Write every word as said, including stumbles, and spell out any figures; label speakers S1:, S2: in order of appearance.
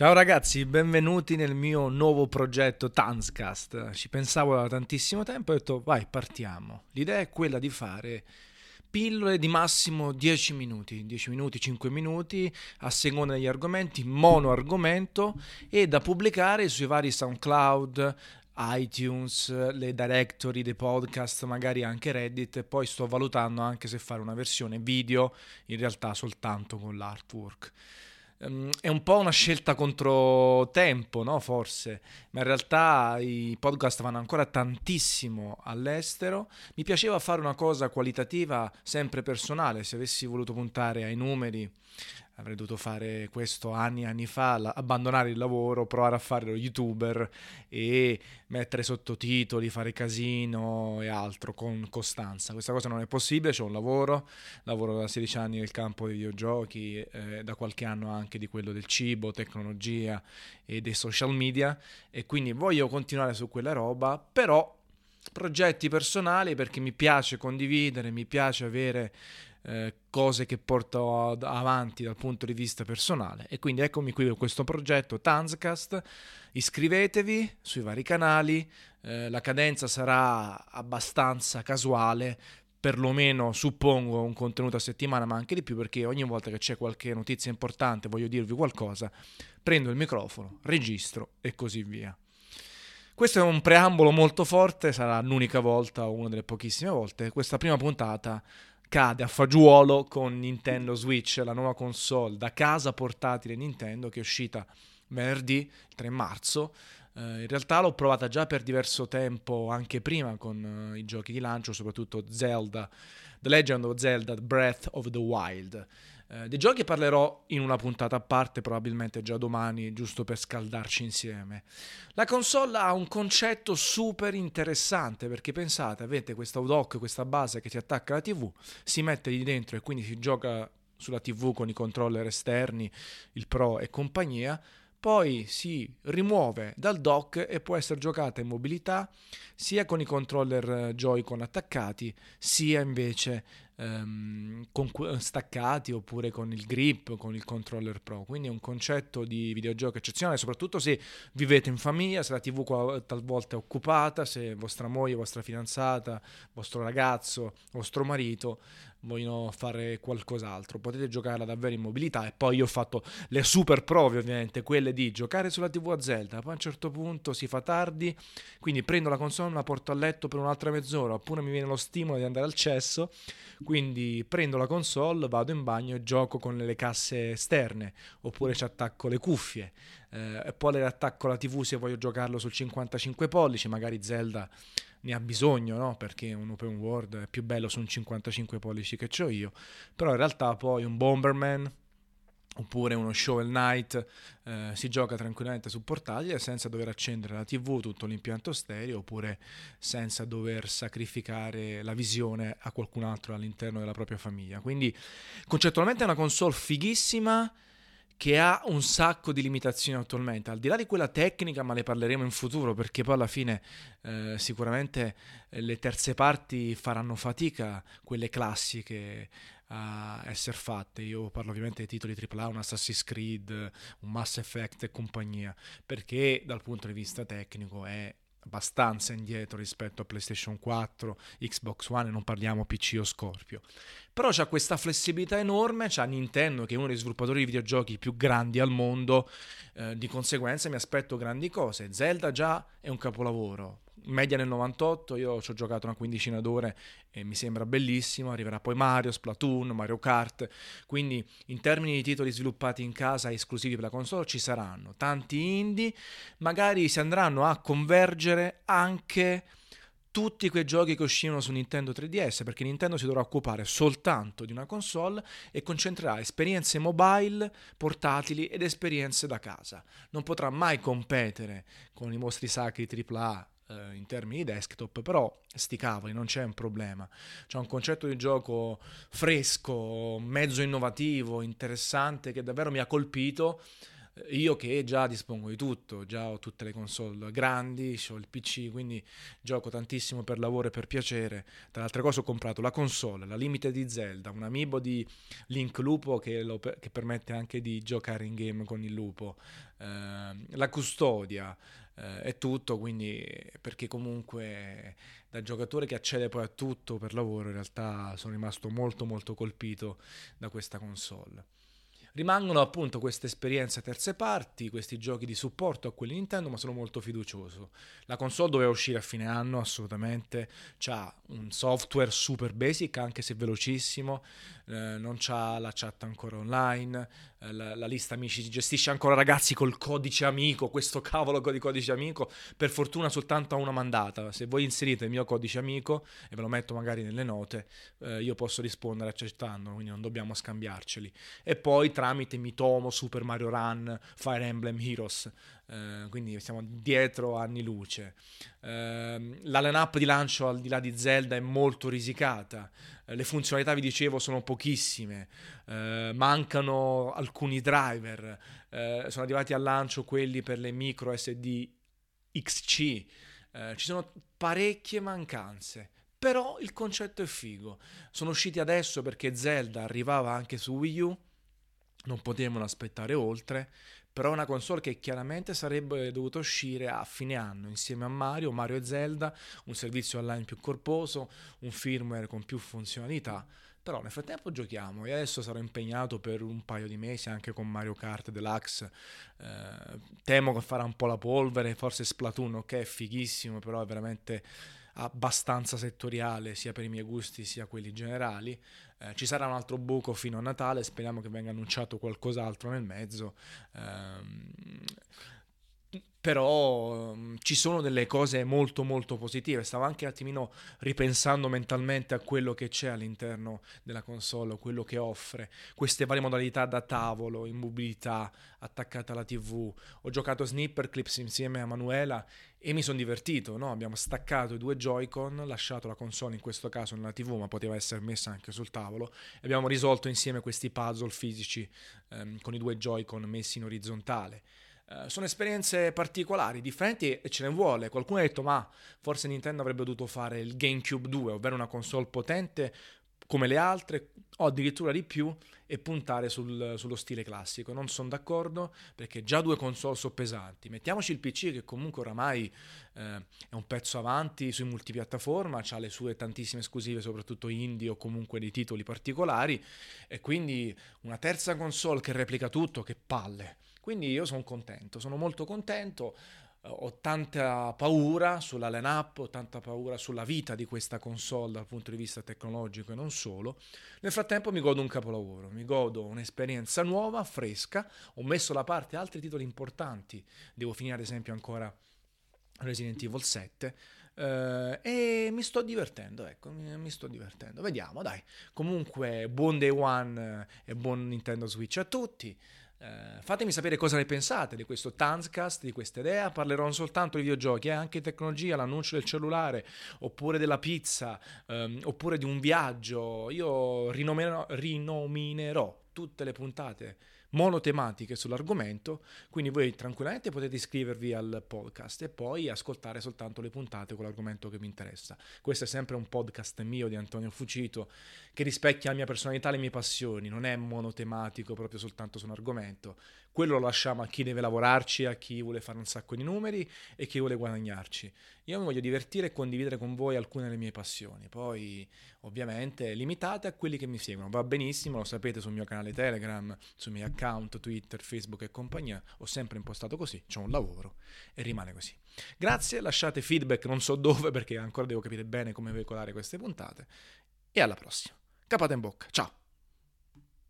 S1: Ciao ragazzi, benvenuti nel mio nuovo progetto Tanzcast. Ci pensavo da tantissimo tempo e ho detto vai, partiamo. L'idea è quella di fare pillole di massimo dieci minuti, dieci minuti, cinque minuti, a seconda degli argomenti, mono argomento, e da pubblicare sui vari SoundCloud, iTunes, le directory dei podcast, magari anche Reddit, e poi sto valutando anche se fare una versione video, in realtà soltanto con l'artwork. Um, è un po' una scelta controtempo, no? Forse, ma in realtà i podcast vanno ancora tantissimo all'estero. Mi piaceva fare una cosa qualitativa, sempre personale. Se avessi voluto puntare ai numeri, avrei dovuto fare questo anni e anni fa, la- abbandonare il lavoro, provare a fare lo youtuber e mettere sottotitoli, fare casino e altro con costanza. Questa cosa non è possibile, c'è un lavoro, lavoro da sedici anni nel campo dei videogiochi, eh, da qualche anno anche di quello del cibo, tecnologia e dei social media, e quindi voglio continuare su quella roba, però progetti personali perché mi piace condividere, mi piace avere eh, cose che porto ad- avanti dal punto di vista personale, e quindi eccomi qui con questo progetto Tanzcast. Iscrivetevi sui vari canali, eh, la cadenza sarà abbastanza casuale, perlomeno suppongo un contenuto a settimana, ma anche di più, perché ogni volta che c'è qualche notizia importante, voglio dirvi qualcosa, prendo il microfono, registro e così via. Questo è un preambolo molto forte, sarà l'unica volta o una delle pochissime volte. Questa prima puntata cade a fagiolo con Nintendo Switch, la nuova console da casa portatile Nintendo che è uscita venerdì, il tre marzo. Eh, in realtà l'ho provata già per diverso tempo, anche prima con eh, i giochi di lancio, soprattutto Zelda, The Legend of Zelda Breath of the Wild. Eh, dei giochi parlerò in una puntata a parte, probabilmente già domani, giusto per scaldarci insieme. La console ha un concetto super interessante, perché pensate, avete questa U dock, questa base che si attacca alla tivù, si mette lì dentro e quindi si gioca sulla tivù con i controller esterni, il Pro e compagnia. Poi si rimuove dal dock e può essere giocata in mobilità sia con i controller Joy-Con attaccati, sia invece ehm, con, staccati, oppure con il grip, con il controller Pro. Quindi è un concetto di videogioco eccezionale, soprattutto se vivete in famiglia, se la tivù talvolta è occupata, se vostra moglie, vostra fidanzata, vostro ragazzo, vostro marito vogliono fare qualcos'altro. Potete giocarla davvero in mobilità. E poi io ho fatto le super prove, ovviamente, quelle di giocare sulla tivù a Zelda. Poi a un certo punto si fa tardi, quindi prendo la console, la porto a letto per un'altra mezz'ora, oppure mi viene lo stimolo di andare al cesso, quindi prendo la console, vado in bagno e gioco con le casse esterne, oppure ci attacco le cuffie, eh, e poi le attacco la tivù se voglio giocarlo sul cinquantacinque pollici. Magari Zelda ne ha bisogno, no? Perché un open world è più bello su un cinquantacinque pollici che c'ho io. Però in realtà poi un Bomberman oppure uno Shovel Knight eh, si gioca tranquillamente su portatile senza dover accendere la tivù, tutto l'impianto stereo, oppure senza dover sacrificare la visione a qualcun altro all'interno della propria famiglia. Quindi concettualmente è una console fighissima che ha un sacco di limitazioni attualmente, al di là di quella tecnica, ma ne parleremo in futuro, perché poi alla fine eh, sicuramente eh, le terze parti faranno fatica, quelle classiche, a essere fatte. Io parlo ovviamente dei titoli tripla A, un Assassin's Creed, un Mass Effect e compagnia, perché dal punto di vista tecnico è abbastanza indietro rispetto a PlayStation quattro, Xbox One, e non parliamo P C o Scorpio. Però c'ha questa flessibilità enorme, c'ha Nintendo che è uno dei sviluppatori di videogiochi più grandi al mondo, eh, di conseguenza mi aspetto grandi cose. Zelda già è un capolavoro, media nel novantotto, io ci ho giocato una quindicina d'ore e mi sembra bellissimo. Arriverà poi Mario, Splatoon, Mario Kart, quindi in termini di titoli sviluppati in casa esclusivi per la console ci saranno tanti indie, magari si andranno a convergere anche tutti quei giochi che uscivano su Nintendo tre D S, perché Nintendo si dovrà occupare soltanto di una console e concentrerà esperienze mobile, portatili ed esperienze da casa. Non potrà mai competere con i mostri sacri tripla A eh, in termini di desktop, però sti cavoli, non c'è un problema. C'è un concetto di gioco fresco, mezzo innovativo, interessante, che davvero mi ha colpito. Io che già dispongo di tutto, già ho tutte le console grandi, ho il P C, quindi gioco tantissimo per lavoro e per piacere. Tra le altre cose ho comprato la console, la Limited di Zelda, un amiibo di Link Lupo che, lo, che permette anche di giocare in game con il lupo, eh, la custodia, eh, è tutto, quindi perché comunque da giocatore che accede poi a tutto per lavoro in realtà sono rimasto molto molto colpito da questa console. Rimangono appunto queste esperienze a terze parti, questi giochi di supporto a quelli Nintendo, ma sono molto fiducioso. La console doveva uscire a fine anno, assolutamente. C'ha un software super basic, anche se velocissimo. Eh, non c'ha la chat ancora online. Eh, la, la lista amici si gestisce ancora, ragazzi, col codice amico. Questo cavolo di codice amico. Per fortuna soltanto a una mandata. Se voi inserite il mio codice amico, e ve lo metto magari nelle note, eh, io posso rispondere accettando, quindi non dobbiamo scambiarceli. E poi tramite Mitomo, Super Mario Run, Fire Emblem Heroes, eh, quindi siamo dietro anni luce. Eh, la line-up di lancio al di là di Zelda è molto risicata, eh, le funzionalità vi dicevo sono pochissime, eh, mancano alcuni driver, eh, sono arrivati al lancio quelli per le micro S D X C, eh, ci sono parecchie mancanze. Però il concetto è figo. Sono usciti adesso perché Zelda arrivava anche su Wii U, non potevano aspettare oltre, però è una console che chiaramente sarebbe dovuta uscire a fine anno insieme a Mario, Mario e Zelda, un servizio online più corposo, un firmware con più funzionalità. Però nel frattempo giochiamo e adesso sarò impegnato per un paio di mesi anche con Mario Kart Deluxe. Eh, temo che farà un po' la polvere, forse Splatoon, ok, è fighissimo, però è veramente abbastanza settoriale sia per i miei gusti sia quelli generali. Eh, ci sarà un altro buco fino a Natale, speriamo che venga annunciato qualcos'altro nel mezzo. Ehm, però um, ci sono delle cose molto molto positive. Stavo anche un attimino ripensando mentalmente a quello che c'è all'interno della console, quello che offre, queste varie modalità da tavolo, in mobilità, attaccata alla tivù. Ho giocato Snipper Clips insieme a Manuela e mi sono divertito, no? Abbiamo staccato i due Joy-Con, lasciato la console in questo caso nella tivù, ma poteva essere messa anche sul tavolo, e abbiamo risolto insieme questi puzzle fisici ehm, con i due Joy-Con messi in orizzontale. Uh, sono esperienze particolari, differenti e ce ne vuole. Qualcuno ha detto ma forse Nintendo avrebbe dovuto fare il GameCube due, ovvero una console potente come le altre o addirittura di più e puntare sul, sullo stile classico. Non sono d'accordo perché già due console sono pesanti. Mettiamoci il P C che comunque oramai eh, è un pezzo avanti sui multipiattaforma, ha le sue tantissime esclusive soprattutto indie o comunque dei titoli particolari, e quindi una terza console che replica tutto, che palle. Quindi io sono contento, sono molto contento, ho tanta paura sulla line-up, ho tanta paura sulla vita di questa console dal punto di vista tecnologico e non solo. Nel frattempo mi godo un capolavoro, mi godo un'esperienza nuova, fresca, ho messo da parte altri titoli importanti, devo finire ad esempio ancora Resident Evil sette, Uh, e mi sto divertendo, ecco, mi, mi sto divertendo, vediamo, dai. Comunque buon day one e buon Nintendo Switch a tutti. Uh, fatemi sapere cosa ne pensate di questo Tanzcast, di questa idea. Parlerò non soltanto di videogiochi, eh, anche di tecnologia, l'annuncio del cellulare, oppure della pizza, um, oppure di un viaggio. Io rinominerò, rinominerò tutte le puntate monotematiche sull'argomento, quindi voi tranquillamente potete iscrivervi al podcast e poi ascoltare soltanto le puntate con l'argomento che vi interessa. Questo è sempre un podcast mio di Antonio Fucito che rispecchia la mia personalità e le mie passioni, non è monotematico proprio soltanto su un argomento. Quello lo lasciamo a chi deve lavorarci, a chi vuole fare un sacco di numeri e chi vuole guadagnarci. Io mi voglio divertire e condividere con voi alcune delle mie passioni, poi ovviamente limitate a quelli che mi seguono. Va benissimo, lo sapete, sul mio canale Telegram, sui miei account Twitter, Facebook e compagnia, ho sempre impostato così, c'ho un lavoro e rimane così. Grazie, lasciate feedback non so dove perché ancora devo capire bene come veicolare queste puntate e alla prossima. Capate in bocca, ciao!